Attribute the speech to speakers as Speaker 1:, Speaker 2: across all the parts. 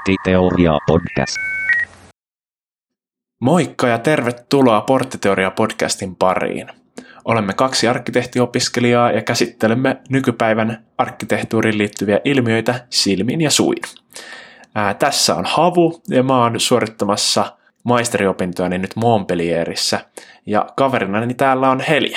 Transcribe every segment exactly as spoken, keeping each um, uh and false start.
Speaker 1: Porttiteoria podcast.
Speaker 2: Moikka ja tervetuloa Porttiteoria podcastin pariin. Olemme kaksi arkkitehtiopiskelijaa ja käsittelemme nykypäivän arkkitehtuuriin liittyviä ilmiöitä silmin ja suin. Ää, tässä on Havu ja mä oon suorittamassa maisteriopintojani nyt Montpellierissä ja kaverinani täällä on Helia.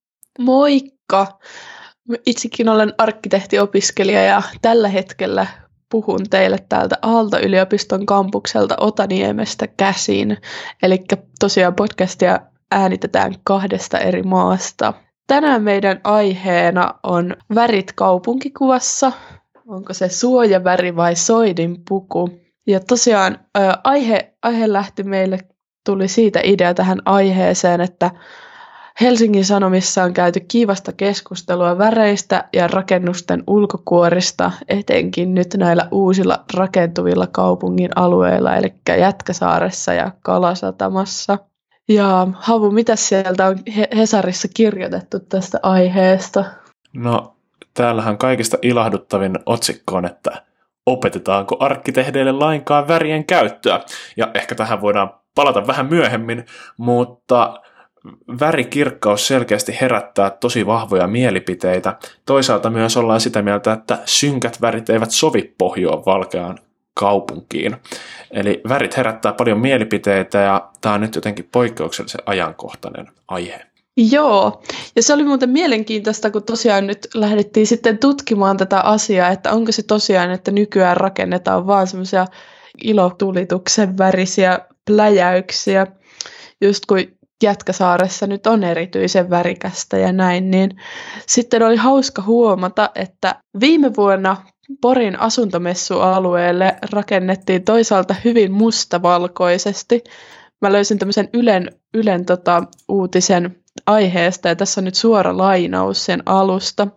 Speaker 3: Moikka! Itsekin olen arkkitehtiopiskelija ja tällä hetkellä puhun teille täältä Aalto-yliopiston kampukselta Otaniemestä käsin. Eli tosiaan podcastia äänitetään kahdesta eri maasta. Tänään meidän aiheena on värit kaupunkikuvassa. Onko se suojaväri vai soidinpuku? Ja tosiaan ää, aihe, aihe lähti meille, tuli siitä idea tähän aiheeseen, että Helsingin Sanomissa on käyty kiivasta keskustelua väreistä ja rakennusten ulkokuorista, etenkin nyt näillä uusilla rakentuvilla kaupungin alueilla, eli Jätkäsaaressa ja Kalasatamassa. Ja Havu, mitä sieltä on Hesarissa kirjoitettu tästä aiheesta?
Speaker 2: No, täällähän kaikista ilahduttavin otsikko on, että opetetaanko arkkitehdeille lainkaan värien käyttöä? Ja ehkä tähän voidaan palata vähän myöhemmin, mutta värikirkkaus selkeästi herättää tosi vahvoja mielipiteitä. Toisaalta myös ollaan sitä mieltä, että synkät värit eivät sovi pohjoon valkeaan kaupunkiin. Eli värit herättää paljon mielipiteitä ja tämä on nyt jotenkin poikkeuksellisen ajankohtainen aihe.
Speaker 3: Joo, ja se oli muuten mielenkiintoista, kun tosiaan nyt lähdettiin sitten tutkimaan tätä asiaa, että onko se tosiaan, että nykyään rakennetaan vaan semmoisia ilotulituksen värisiä pläjäyksiä, just kun Jätkäsaaressa nyt on erityisen värikästä ja näin, niin sitten oli hauska huomata, että viime vuonna Porin asuntomessualueelle rakennettiin toisaalta hyvin mustavalkoisesti. Mä löysin tämmöisen Ylen, Ylen tota, uutisen aiheesta ja tässä on nyt suora lainaus sen alusta.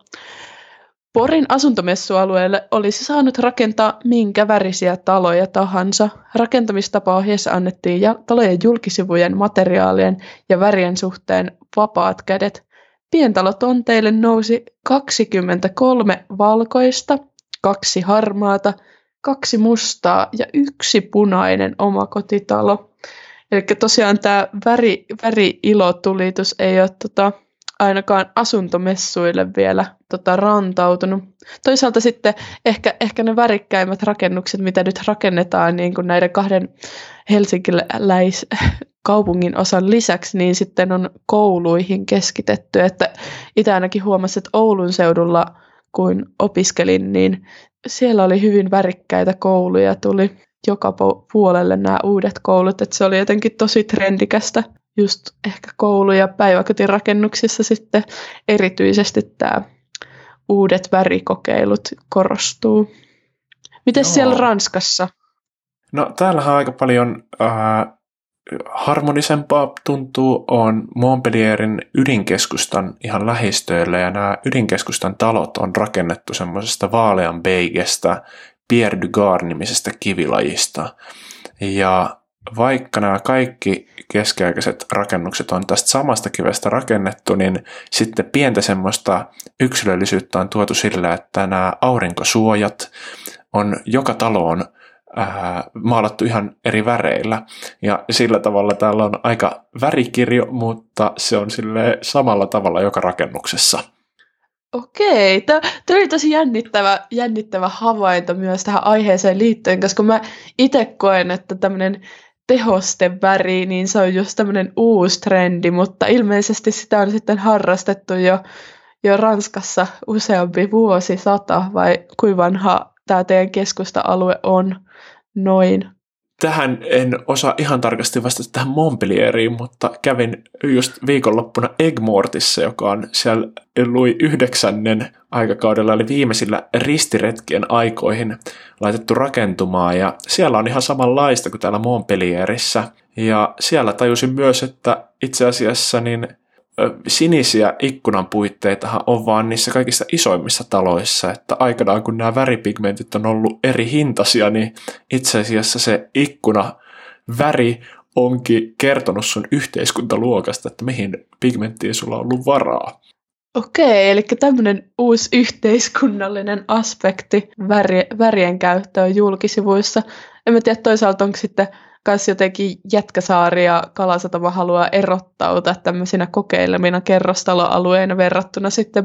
Speaker 3: Porin asuntomessualueelle olisi saanut rakentaa minkä värisiä taloja tahansa. Rakentamistapaohjeessa annettiin talojen julkisivujen, materiaalien ja värien suhteen vapaat kädet. Pientalotonteille nousi kaksikymmentäkolme valkoista, kaksi harmaata, kaksi mustaa ja yksi punainen omakotitalo. Eli tosiaan tämä väri, väri-ilotulitus ei ole tota, ainakaan asuntomessuille vielä tota, rantautunut. Toisaalta sitten ehkä, ehkä ne värikkäimmät rakennukset, mitä nyt rakennetaan niin kuin näiden kahden helsinkiläis kaupungin osan lisäksi, niin sitten on kouluihin keskitetty. Että itse ainakin huomasin, että Oulun seudulla, kun opiskelin, niin siellä oli hyvin värikkäitä kouluja, tuli joka puolelle nämä uudet koulut, että se oli jotenkin tosi trendikästä. Just ehkä koulu- ja päiväkotirakennuksissa sitten erityisesti tämä uudet värikokeilut korostuu. Miten siellä Ranskassa?
Speaker 2: No täällähän aika paljon äh, harmonisempaa tuntuu on Montpellierin ydinkeskustan ihan lähistöillä ja nämä ydinkeskustan talot on rakennettu semmoisesta vaaleanbeigestä Pierre du Gard-nimisestä kivilajista. Ja vaikka nämä kaikki keskiaikaiset rakennukset on tästä samasta kivestä rakennettu, niin sitten pientä semmoista yksilöllisyyttä on tuotu sillä, että nämä aurinkosuojat on joka taloon ää, maalattu ihan eri väreillä. Ja sillä tavalla täällä on aika värikirjo, mutta se on sille samalla tavalla joka rakennuksessa.
Speaker 3: Okei, tämä oli tosi jännittävä, jännittävä havainto myös tähän aiheeseen liittyen, koska mä itse koen, että tämmöinen tehosteväri, niin se on just tämmöinen uusi trendi, mutta ilmeisesti sitä on sitten harrastettu jo, jo Ranskassa useampi vuosisata, vai kuinka vanha tämä teidän keskusta-alue on noin?
Speaker 2: Tähän en osaa ihan tarkasti vastata tähän Montpellieriin, mutta kävin just viikonloppuna Egmortissa, joka on siellä Louis yhdeksännen aikakaudella, eli viimeisillä ristiretkien aikoihin laitettu rakentumaan, ja siellä on ihan samanlaista kuin täällä Montpellierissä. Ja siellä tajusin myös, että itse asiassa niin sinisiä ikkunanpuitteitahan on vaan niissä kaikista isoimmissa taloissa, että aikanaan kun nämä väripigmentit on ollut eri hintaisia, niin itse asiassa se ikkuna väri onkin kertonut sun yhteiskuntaluokasta, että mihin pigmenttiin sulla on ollut varaa.
Speaker 3: Okei, eli tämmöinen uusi yhteiskunnallinen aspekti väri, värien käyttöön julkisivuissa. en mä tiedä toisaalta onko sitten myös jotenkin Jätkäsaari ja Kalasatama haluaa erottautua tämmöisinä kokeilemina kerrostaloalueina verrattuna sitten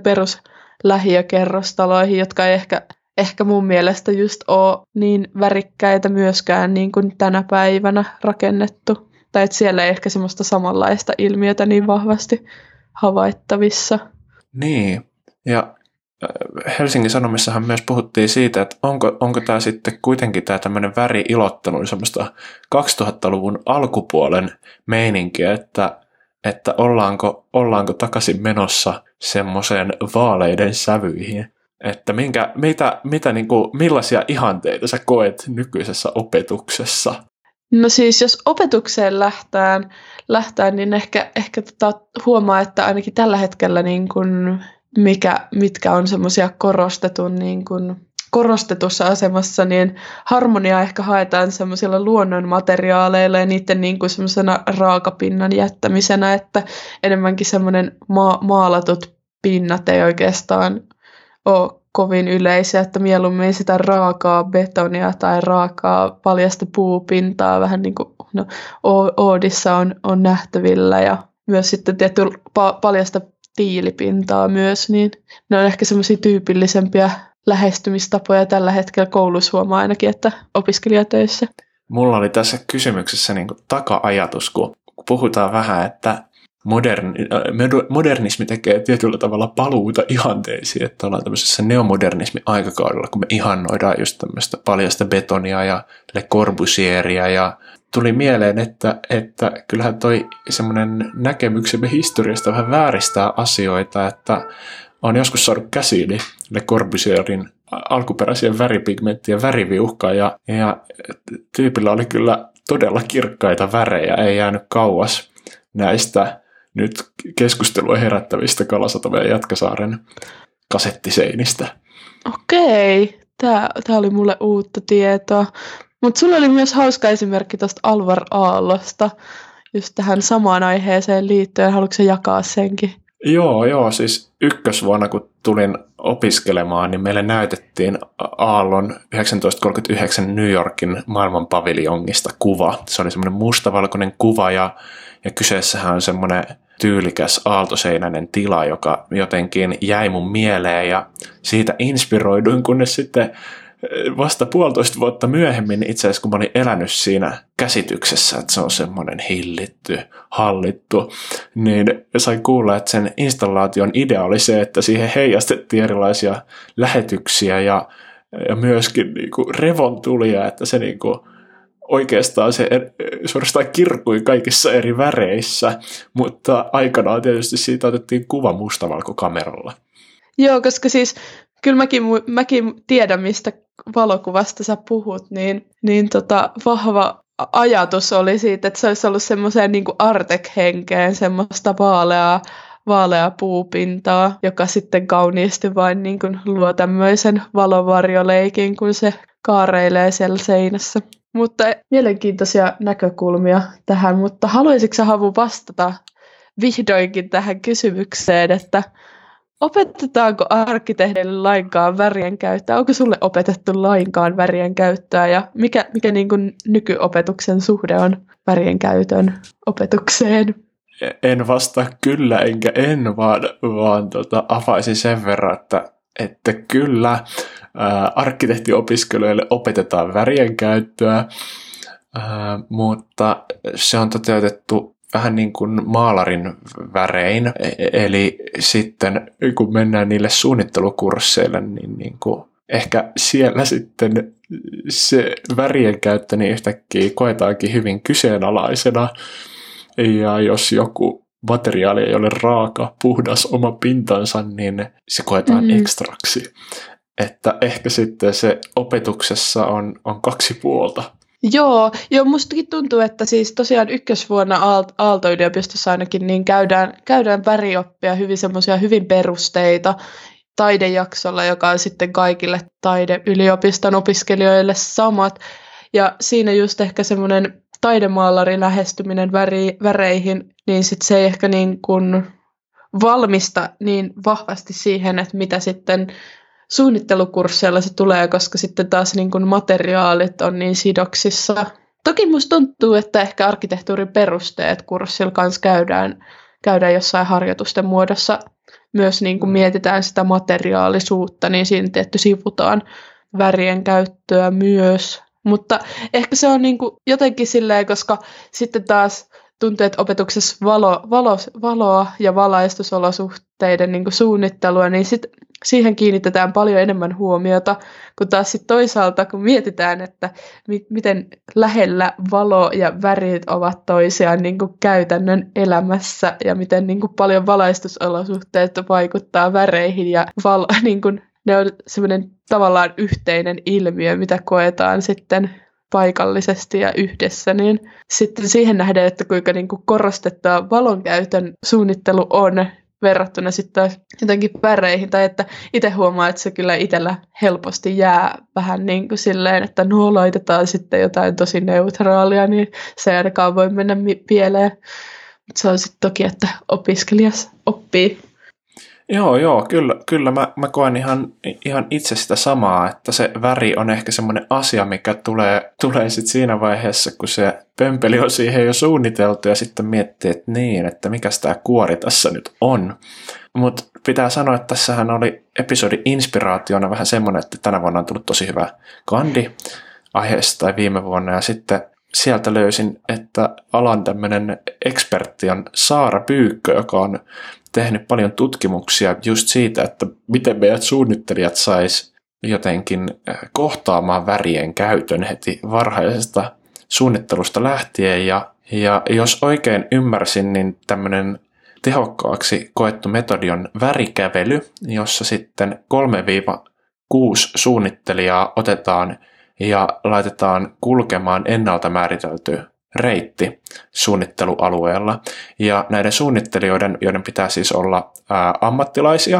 Speaker 3: peruslähiökerrostaloihin, jotka ei ehkä, ehkä mun mielestä just ole niin värikkäitä myöskään niin kuin tänä päivänä rakennettu. Tai että siellä ei ehkä semmoista samanlaista ilmiötä niin vahvasti havaittavissa.
Speaker 2: Niin, ja Helsingin Sanomissahan myös puhuttiin siitä, että onko, onko tämä sitten kuitenkin tämä tämmöinen väri-ilottelu semmoista kaksituhattaluvun alkupuolen meininkiä, että, että ollaanko, ollaanko takaisin menossa semmoiseen vaaleiden sävyihin. Että minkä, mitä, mitä niin kuin, millaisia ihanteita sä koet nykyisessä opetuksessa?
Speaker 3: No siis jos opetukseen lähtään, lähtään niin ehkä, ehkä tota huomaa, että ainakin tällä hetkellä niin kun mikä, mitkä on semmoisia korostetun niin kun, korostetussa asemassa, niin harmoniaa ehkä haetaan semmoisilla luonnonmateriaaleilla ja niiden niin kuin semmoisena raakapinnan jättämisenä, että enemmänkin semmoinen ma- maalatut pinnat ei oikeastaan ole kovin yleisiä, että mieluummin sitä raakaa betonia tai raakaa paljasta puupintaa, vähän niin kuin no, Oodissa on, on nähtävillä ja myös sitten tietty pa- paljasta tiilipintaa myös, niin ne on ehkä semmoisia tyypillisempiä lähestymistapoja tällä hetkellä koulussa huomaa ainakin, että opiskelijatöissä.
Speaker 2: Mulla oli tässä kysymyksessä niin kuin taka-ajatus, kun puhutaan vähän, että moderni, modernismi tekee tietyllä tavalla paluuta ihanteisiin, että ollaan tämmöisessä neomodernismin aikakaudella, kun me ihannoidaan just tämmöistä paljasta betonia ja Le Corbusieria, ja tuli mieleen, että, että kyllähän toi semmoinen näkemyksemme historiasta vähän vääristää asioita, että olen joskus saanut käsiini Le Corbusierin alkuperäisiä väripigmenttien väriviuhkaa, ja, ja tyypillä oli kyllä todella kirkkaita värejä, ei jäänyt kauas näistä nyt keskustelua herättävistä Kalasataman ja Jätkäsaaren kasettiseinistä.
Speaker 3: Okei, tämä oli mulle uutta tietoa. Mutta sulla oli myös hauska esimerkki tuosta Alvar Aallosta, just tähän samaan aiheeseen liittyen. Haluatko jakaa senkin?
Speaker 2: Joo, joo, siis ykkösvuonna kun tulin opiskelemaan, niin meille näytettiin Aallon tuhatyhdeksänsataakolmekymmentäyhdeksän New Yorkin maailmanpaviljongista kuva. Se oli semmoinen mustavalkoinen kuva ja, ja kyseessähän on semmoinen tyylikäs aaltoseinäinen tila, joka jotenkin jäi mun mieleen ja siitä inspiroiduin, kunnes sitten vasta puolitoista vuotta myöhemmin itse asiassa, kun mä olin elänyt siinä käsityksessä, että se on semmoinen hillitty, hallittu, niin sain kuulla, että sen installaation idea oli se, että siihen heijastettiin erilaisia lähetyksiä ja, ja myöskin niinku revontulia, että se niinku oikeastaan se suorastaan kirkui kaikissa eri väreissä, mutta aikanaan tietysti siitä otettiin kuva mustavalkokameralla.
Speaker 3: Joo, koska siis kyllä mäkin, mäkin tiedän, mistä valokuvasta sä puhut, niin, niin tota, vahva ajatus oli siitä, että se olisi ollut semmoiseen niin kuin Artek-henkeen semmoista vaaleaa, vaaleaa puupintaa, joka sitten kauniisti vain niin kuin luo tämmöisen valovarjoleikin, kun se kaareilee siellä seinässä. Mutta mielenkiintoisia näkökulmia tähän, mutta haluaisitko sä, Havu, vastata vihdoinkin tähän kysymykseen, että opetetaanko arkkitehdeille lainkaan värien käyttöä? Onko sulle opetettu lainkaan värien käyttöä ja mikä, mikä niin kuin nykyopetuksen suhde on värien käytön opetukseen?
Speaker 2: En vastaa kyllä enkä en, vaan, vaan tota, avaisin sen verran, että, että kyllä ää, arkkitehtiopiskelijoille opetetaan värien käyttöä, ää, mutta se on toteutettu vähän niin kuin maalarin värein, eli sitten kun mennään niille suunnittelukursseille, niin, niin kuin ehkä siellä sitten se värien käyttö niin yhtäkkiä koetaankin hyvin kyseenalaisena, ja jos joku materiaali ei ole raaka, puhdas oma pintansa, niin se koetaan mm-hmm. ekstraksi. Että ehkä sitten se opetuksessa on, on kaksi puolta.
Speaker 3: Joo, joo, mustakin tuntuu, että siis tosiaan ykkösvuonna Aalto-yliopistossa ainakin niin käydään, käydään värioppia hyvin semmoisia hyvin perusteita taidejaksolla, joka on sitten kaikille taideyliopiston opiskelijoille samat. Ja siinä just ehkä semmoinen taidemaalarin lähestyminen väri, väreihin, niin sit se ei ehkä niin kuin valmista niin vahvasti siihen, että mitä sitten suunnittelukursseilla se tulee, koska sitten taas niin kuin materiaalit on niin sidoksissa. Toki musta tuntuu, että ehkä arkkitehtuurin perusteet kurssilla kanssa käydään, käydään jossain harjoitusten muodossa. Myös niin kuin mietitään sitä materiaalisuutta, niin siinä tietty sivutaan värien käyttöä myös. Mutta ehkä se on niin kuin jotenkin silleen, koska sitten taas tuntuu, että opetuksessa valo, valo, valoa ja valaistusolosuhteiden niin kuin suunnittelua, niin sit siihen kiinnitetään paljon enemmän huomiota, kun taas sit toisaalta, kun mietitään, että mi- miten lähellä valo ja värit ovat toisiaan niin kuin käytännön elämässä ja miten niin kuin paljon valaistusolosuhteet vaikuttaa väreihin ja val- niin kuin ne on semmoinen tavallaan yhteinen ilmiö, mitä koetaan sitten paikallisesti ja yhdessä, niin sitten siihen nähdään, että kuinka niin kuin korostettua valonkäytön suunnittelu on verrattuna sitten jotenkin väreihin, tai että itse huomaa, että se kyllä itsellä helposti jää vähän niin kuin silleen, että no laitetaan sitten jotain tosi neutraalia, niin se ei ainakaan voi mennä pieleen. Mutta se on sitten toki, että opiskelijas oppii.
Speaker 2: Joo, joo, kyllä, kyllä mä, mä koen ihan, ihan itse sitä samaa, että se väri on ehkä semmoinen asia, mikä tulee, tulee sitten siinä vaiheessa, kun se pömpeli on siihen jo suunniteltu ja sitten miettii, että niin, että mikäs tämä kuori tässä nyt on. Mutta pitää sanoa, että tässähän oli episodin inspiraationa vähän semmoinen, että tänä vuonna on tullut tosi hyvä kandi aiheesta tai viime vuonna ja sitten sieltä löysin, että alan tämmöinen ekspertti on Saara Pyykkö, joka on tehnyt paljon tutkimuksia just siitä, että miten meidät suunnittelijat sais jotenkin kohtaamaan värien käytön heti varhaisesta suunnittelusta lähtien. Ja, ja jos oikein ymmärsin, niin tämmöinen tehokkaaksi koettu metodi on värikävely, jossa sitten kolme kuusi suunnittelijaa otetaan ja laitetaan kulkemaan ennalta määritelty reitti suunnittelualueella. Ja näiden suunnittelijoiden, joiden pitää siis olla ää, ammattilaisia,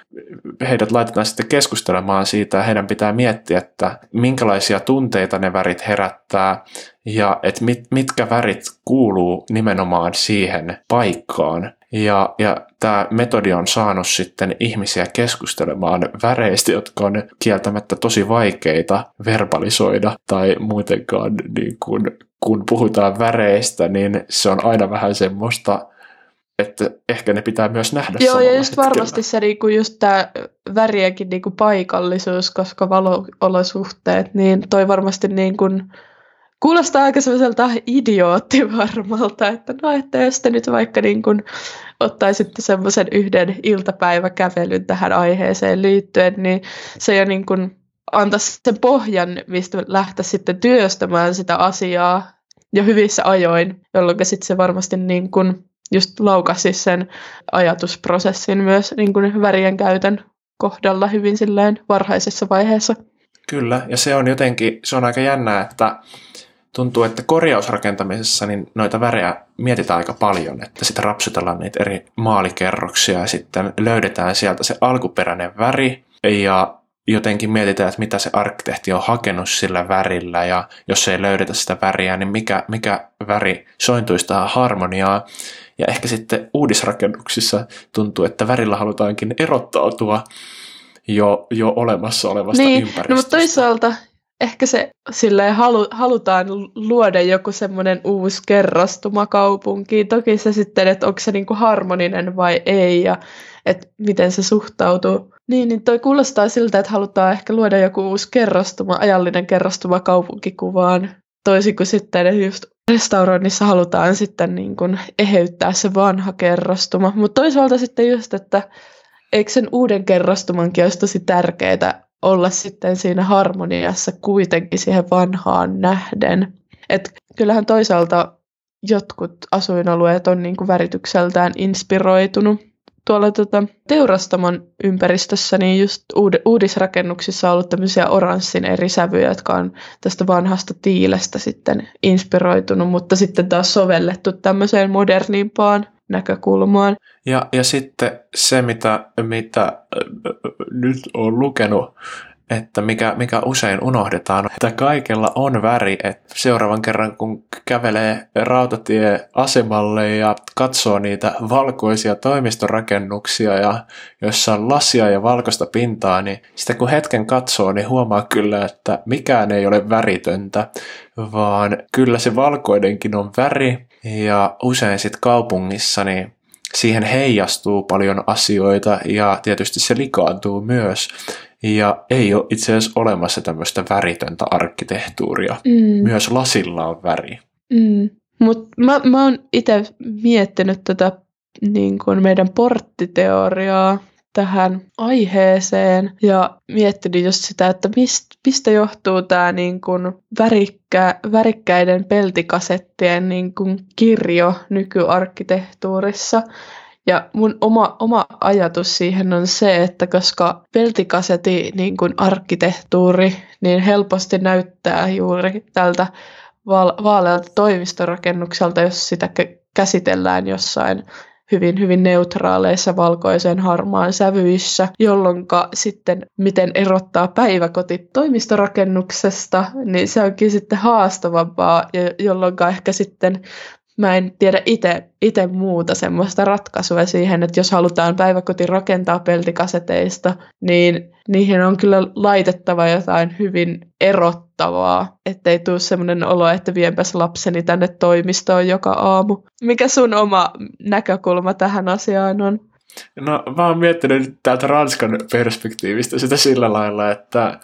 Speaker 2: heidät laitetaan sitten keskustelemaan siitä ja heidän pitää miettiä, että minkälaisia tunteita ne värit herättää ja että mit, mitkä värit kuuluu nimenomaan siihen paikkaan. Ja, ja tämä metodi on saanut sitten ihmisiä keskustelemaan väreistä, jotka on kieltämättä tosi vaikeita verbalisoida tai muutenkaan niin kun, kun puhutaan väreistä, niin se on aina vähän semmoista, että ehkä ne pitää myös nähdä.
Speaker 3: Joo, ja just varmasti se niinku, just tämä värienkin niinku paikallisuus, koska valo-olosuhteet, niin toi varmasti niinku, kuulostaa aika sellaiselta idioottivarmalta, että no, että jos te nyt vaikka niinku ottaisitte semmoisen yhden iltapäiväkävelyn tähän aiheeseen liittyen, niin se jo niinku antaisi sen pohjan, mistä lähteä sitten työstämään sitä asiaa jo hyvissä ajoin, jolloin sitten se varmasti niin kuin just laukasi sen ajatusprosessin myös niin kuin värien käytön kohdalla hyvin silleen varhaisessa vaiheessa.
Speaker 2: Kyllä, ja se on jotenkin, se on aika jännää, että tuntuu, että korjausrakentamisessa niin noita värejä mietitään aika paljon, että sitten rapsutellaan niitä eri maalikerroksia ja sitten löydetään sieltä se alkuperäinen väri ja jotenkin mietitään, että mitä se arkkitehti on hakenut sillä värillä ja jos ei löydetä sitä väriä, niin mikä, mikä väri sointuisi tähän harmoniaan. Ja ehkä sitten uudisrakennuksissa tuntuu, että värillä halutaankin erottautua jo, jo olemassa olevasta
Speaker 3: niin,
Speaker 2: ympäristöstä.
Speaker 3: No, mutta toisaalta ehkä se silleen halu, halutaan luoda joku semmoinen uusi kerrostuma kaupunkiin. Toki se sitten, että onko se niinku harmoninen vai ei ja että miten se suhtautuu. Niin, niin toi kuulostaa siltä, että halutaan ehkä luoda joku uusi kerrostuma, ajallinen kerrostuma kaupunkikuvaan. Toisin kuin sitten just restauroinnissa halutaan sitten niin kuin eheyttää se vanha kerrostuma. Mutta toisaalta sitten just, että eikö sen uuden kerrostumankin olisi tosi tärkeää olla sitten siinä harmoniassa kuitenkin siihen vanhaan nähden. Et kyllähän toisaalta jotkut asuinalueet on niin kuin väritykseltään inspiroitunut. Tuolla tota, teurastamon ympäristössä niin just uud- uudisrakennuksissa on ollut tämmöisiä oranssin eri sävyjä, jotka on tästä vanhasta tiilestä sitten inspiroitunut, mutta sitten taas sovellettu tämmöiseen modernimpaan näkökulmaan.
Speaker 2: Ja, ja sitten se, mitä, mitä nyt olen lukenut että mikä, mikä usein unohdetaan, että kaikella on väri. Että seuraavan kerran, kun kävelee rautatieasemalle ja katsoo niitä valkoisia toimistorakennuksia, ja jossa on lasia ja valkoista pintaa, niin sitä kun hetken katsoo, niin huomaa kyllä, että mikään ei ole väritöntä, vaan kyllä se valkoinenkin on väri, ja usein sitten kaupungissa niin siihen heijastuu paljon asioita, ja tietysti se likaantuu myös, ja ei ole itse asiassa olemassa tämmöistä väritöntä arkkitehtuuria. Mm. Myös lasilla on väri.
Speaker 3: Mm. Mutta mä, mä oon itse miettinyt tätä niin kun meidän porttiteoriaa tähän aiheeseen ja miettinyt just sitä, että mist, mistä johtuu tämä niin kun värikkä, värikkäiden peltikasettien niin kun kirjo nykyarkkitehtuurissa. Ja mun oma, oma ajatus siihen on se, että koska peltikasetin niin kun arkkitehtuuri niin helposti näyttää juuri tältä vaalealta toimistorakennukselta, jos sitä käsitellään jossain hyvin, hyvin neutraaleissa valkoisen harmaan sävyissä, jolloin sitten miten erottaa päiväkoti toimistorakennuksesta, niin se onkin sitten haastavampaa, jolloin ehkä sitten mä en tiedä itse muuta semmoista ratkaisua siihen, että jos halutaan päiväkoti rakentaa peltikaseteista, niin niihin on kyllä laitettava jotain hyvin erottavaa, ettei tule semmoinen olo, että vienpäs lapseni tänne toimistoon joka aamu. Mikä sun oma näkökulma tähän asiaan on?
Speaker 2: No mä oon miettinyt täältä Ranskan perspektiivistä sitä sillä lailla, että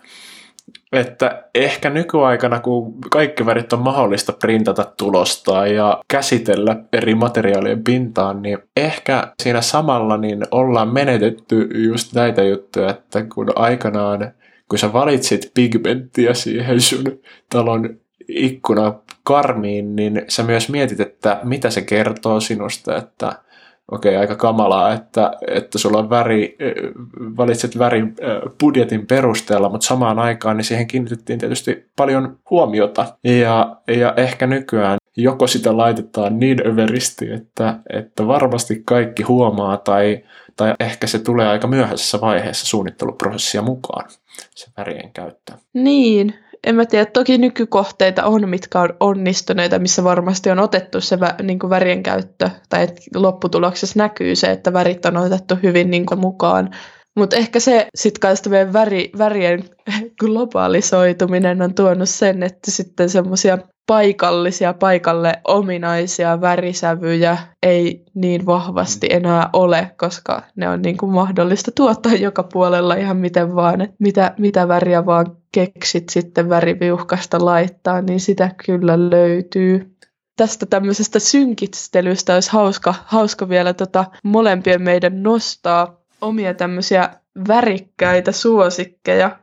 Speaker 2: Että ehkä nykyaikana, kun kaikki värit on mahdollista printata tulostaa ja käsitellä eri materiaalien pintaan, niin ehkä siinä samalla niin ollaan menetetty just näitä juttuja, että kun aikanaan, kun sä valitsit pigmenttiä siihen sun talon ikkuna karmiin, niin sä myös mietit, että mitä se kertoo sinusta, että okei, okay, aika kamalaa, että, että sulla on väri, valitset värin budjetin perusteella, mutta samaan aikaan niin siihen kiinnitettiin tietysti paljon huomiota. Ja, ja ehkä nykyään joko sitä laitetaan niin överisti, että, että varmasti kaikki huomaa, tai, tai ehkä se tulee aika myöhäisessä vaiheessa suunnitteluprosessia mukaan, se värien käyttö.
Speaker 3: Niin. En mä tiedä, toki nykykohteita on, mitkä on onnistuneita, missä varmasti on otettu se vä, niin kuin värien käyttö, tai että lopputuloksessa näkyy se, että värit on otettu hyvin niin kuin mukaan. Mutta ehkä se sitten kanssa meidän väri, värien globalisoituminen on tuonut sen, että sitten semmoisia paikallisia, paikalle ominaisia värisävyjä ei niin vahvasti enää ole, koska ne on niin kuin mahdollista tuottaa joka puolella ihan miten vaan, että mitä, mitä väriä vaan keksit sitten väriviuhkasta laittaa, niin sitä kyllä löytyy. Tästä tämmöisestä synkistelystä olisi hauska, hauska vielä tota molempien meidän nostaa omia tämmöisiä värikkäitä suosikkeja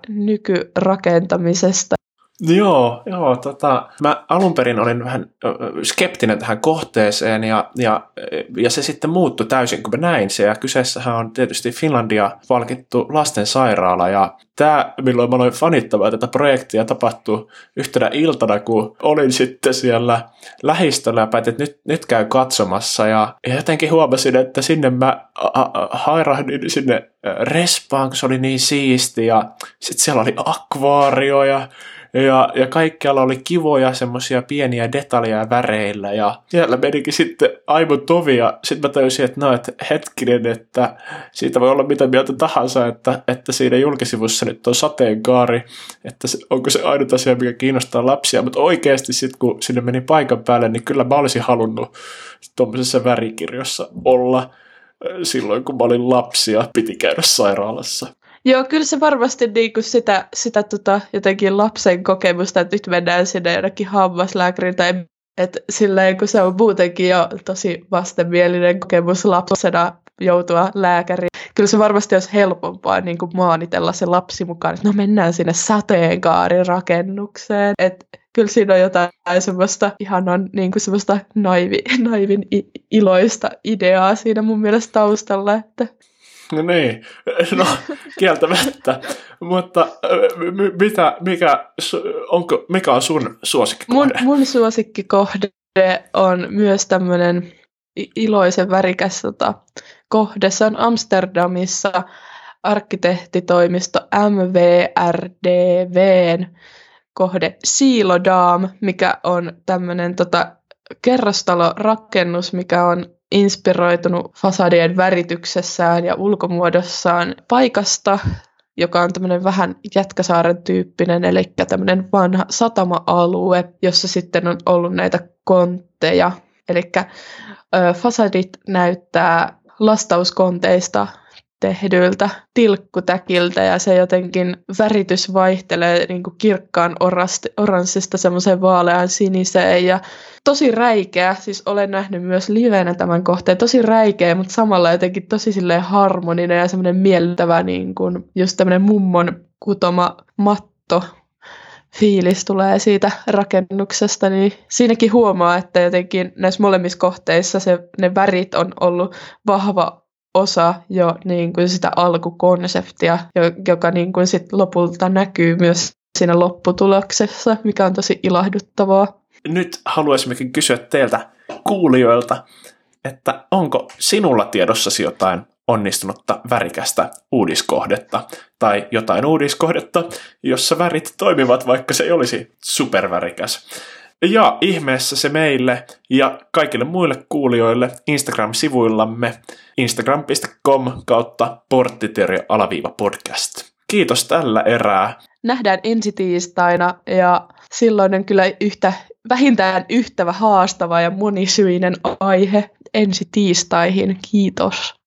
Speaker 3: nykyrakentamisesta.
Speaker 2: Joo, joo tota, mä alun perin olin vähän skeptinen tähän kohteeseen ja, ja, ja se sitten muuttui täysin, kun mä näin se. Ja kyseessähän on tietysti Finlandia palkittu lastensairaala ja tämä, milloin mä aloin fanittamaan tätä projektia, tapahtui yhtenä iltana, kun olin sitten siellä lähistöllä ja päätin, että nyt, nyt käy katsomassa ja, ja jotenkin huomasin, että sinne mä a- a- hairahdin sinne respaan, kun se oli niin siisti ja sitten siellä oli akvaario ja Ja, ja kaikkialla oli kivoja semmoisia pieniä detaljeja väreillä ja siellä menikin sitten aivot tovi ja sitten mä tajusin, että no, että hetkinen, että siitä voi olla mitä mieltä tahansa, että, että siinä julkisivussa nyt on sateenkaari, että se, onko se ainut asia, mikä kiinnostaa lapsia, mutta oikeasti sitten kun sinne meni paikan päälle, niin kyllä mä olisin halunnut tuommoisessa värikirjossa olla silloin, kun mä olin lapsi ja piti käydä sairaalassa.
Speaker 3: Joo, kyllä se varmasti niinku sitä, sitä tota, jotenkin lapsen kokemusta, että nyt mennään sinne jonnekin hammaslääkäriin, tai että silleen, kun se on muutenkin jo tosi vastenmielinen kokemus lapsena joutua lääkäriin. Kyllä se varmasti olisi helpompaa niin kuin maanitella se lapsi mukaan, että no mennään sinne sateenkaarirakennukseen. Että kyllä siinä on jotain semmoista ihanan niin kuin semmoista naivi, naivin iloista ideaa siinä mun mielestä taustalla, että
Speaker 2: no niin, no kieltämättä, mutta m- mitä, mikä, onko, mikä on sun suosikkikohde?
Speaker 3: Mun, mun suosikkikohde on myös tämmöinen iloisen värikäs tota, kohde. Se on Amsterdamissa arkkitehtitoimisto M V R D V:n kohde Silodam, mikä on tämmöinen tota, kerrostalorakennus, mikä on inspiroitunut fasadien värityksessään ja ulkomuodossaan paikasta, joka on tämmöinen vähän Jätkäsaaren tyyppinen, eli tämmöinen vanha satama-alue, jossa sitten on ollut näitä kontteja. Eli fasadit näyttää lastauskonteista tehdyiltä tilkkutäkiltä ja se jotenkin väritys vaihtelee niin kuin kirkkaan oranssista semmoiseen vaaleaan siniseen ja tosi räikeä, siis olen nähnyt myös livenä tämän kohteen, tosi räikeä, mutta samalla jotenkin tosi silleen harmoninen ja semmoinen miellyttävä niin kuin just tämmöinen mummon kutoma matto fiilis tulee siitä rakennuksesta, niin siinäkin huomaa, että jotenkin näissä molemmissa kohteissa se, ne värit on ollut vahva osa jo niin kuin sitä alkukonseptia, joka niin kuin sit lopulta näkyy myös siinä lopputuloksessa, mikä on tosi ilahduttavaa.
Speaker 2: Nyt haluaisimmekin kysyä teiltä kuulijoilta, että onko sinulla tiedossasi jotain onnistunutta värikästä uudiskohdetta tai jotain uudiskohdetta, jossa värit toimivat, vaikka se ei olisi supervärikäs. Ja ihmeessä se meille ja kaikille muille kuulijoille Instagram-sivuillamme instagram piste com kautta porttiteoria-podcast. Kiitos tällä erää.
Speaker 3: Nähdään ensi tiistaina ja silloin on kyllä yhtä, vähintään yhtä haastava ja monisyinen aihe ensi tiistaihin. Kiitos.